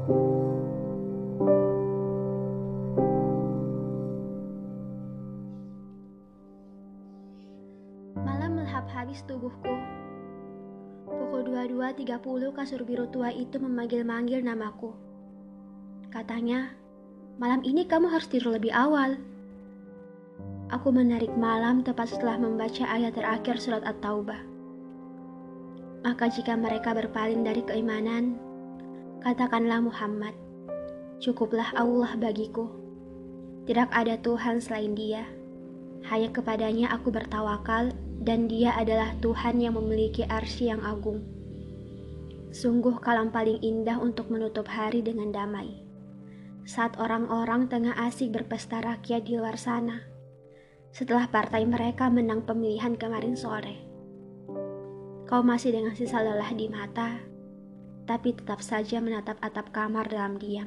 Malam melahap habis tubuhku. Pukul 22.30 kasur biru tua itu memanggil-manggil namaku. Katanya, malam ini kamu harus tidur lebih awal. Aku menarik malam tepat setelah membaca ayat terakhir surat At-Taubah. Maka jika mereka berpaling dari keimanan, katakanlah Muhammad, cukuplah Allah bagiku. Tidak ada Tuhan selain Dia. Hanya kepadanya aku bertawakal, dan Dia adalah Tuhan yang memiliki arsy yang agung. Sungguh kalam paling indah untuk menutup hari dengan damai. Saat orang-orang tengah asik berpesta rakyat di luar sana, setelah partai mereka menang pemilihan kemarin sore. Kau masih dengan sisa lelah di mata, tapi tetap saja menatap atap kamar dalam diam.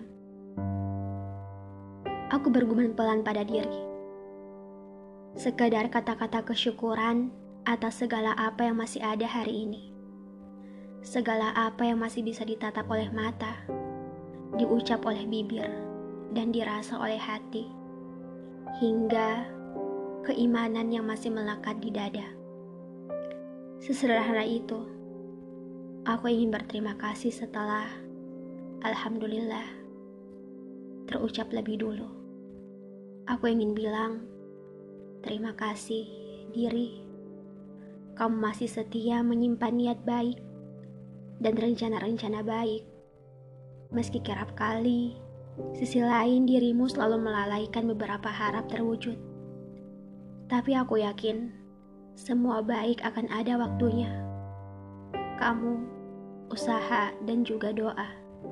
Aku bergumam pelan pada diri. Sekedar kata-kata kesyukuran atas segala apa yang masih ada hari ini. Segala apa yang masih bisa ditatap oleh mata, diucap oleh bibir, dan dirasa oleh hati. Hingga keimanan yang masih melekat di dada. Sesederhana itu, aku ingin berterima kasih setelah Alhamdulillah terucap lebih dulu. Aku ingin bilang, terima kasih diri. Kamu masih setia menyimpan niat baik dan rencana-rencana baik. Meski kerap kali, sisi lain dirimu selalu melalaikan beberapa harap terwujud. Tapi aku yakin, semua baik akan ada waktunya. Kamu, usaha, dan juga doa.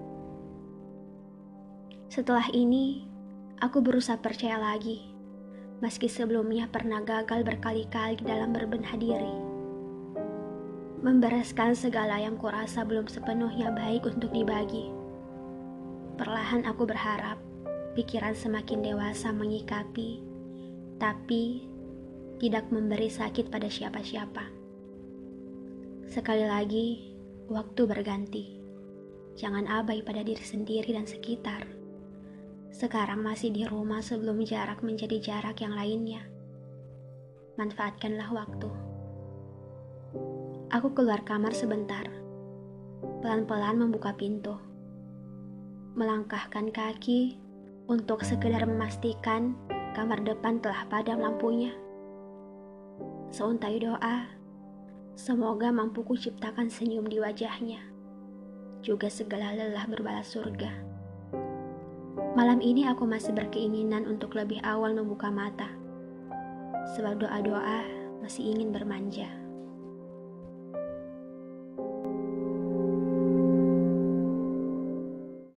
Setelah ini, aku berusaha percaya lagi, meski sebelumnya pernah gagal berkali-kali dalam berbenah diri. Membereskan segala yang kurasa belum sepenuhnya baik untuk dibagi. Perlahan aku berharap, pikiran semakin dewasa menyikapi, tapi tidak memberi sakit pada siapa-siapa. Sekali lagi, waktu berganti. Jangan abai pada diri sendiri dan sekitar. Sekarang masih di rumah sebelum jarak menjadi jarak yang lainnya. Manfaatkanlah waktu. Aku keluar kamar sebentar. Pelan-pelan membuka pintu. Melangkahkan kaki untuk sekedar memastikan kamar depan telah padam lampunya. Seuntai doa, semoga mampu kuciptakan senyum di wajahnya, juga segala lelah berbalas surga. Malam ini aku masih berkeinginan untuk lebih awal membuka mata, sebab doa-doa masih ingin bermanja.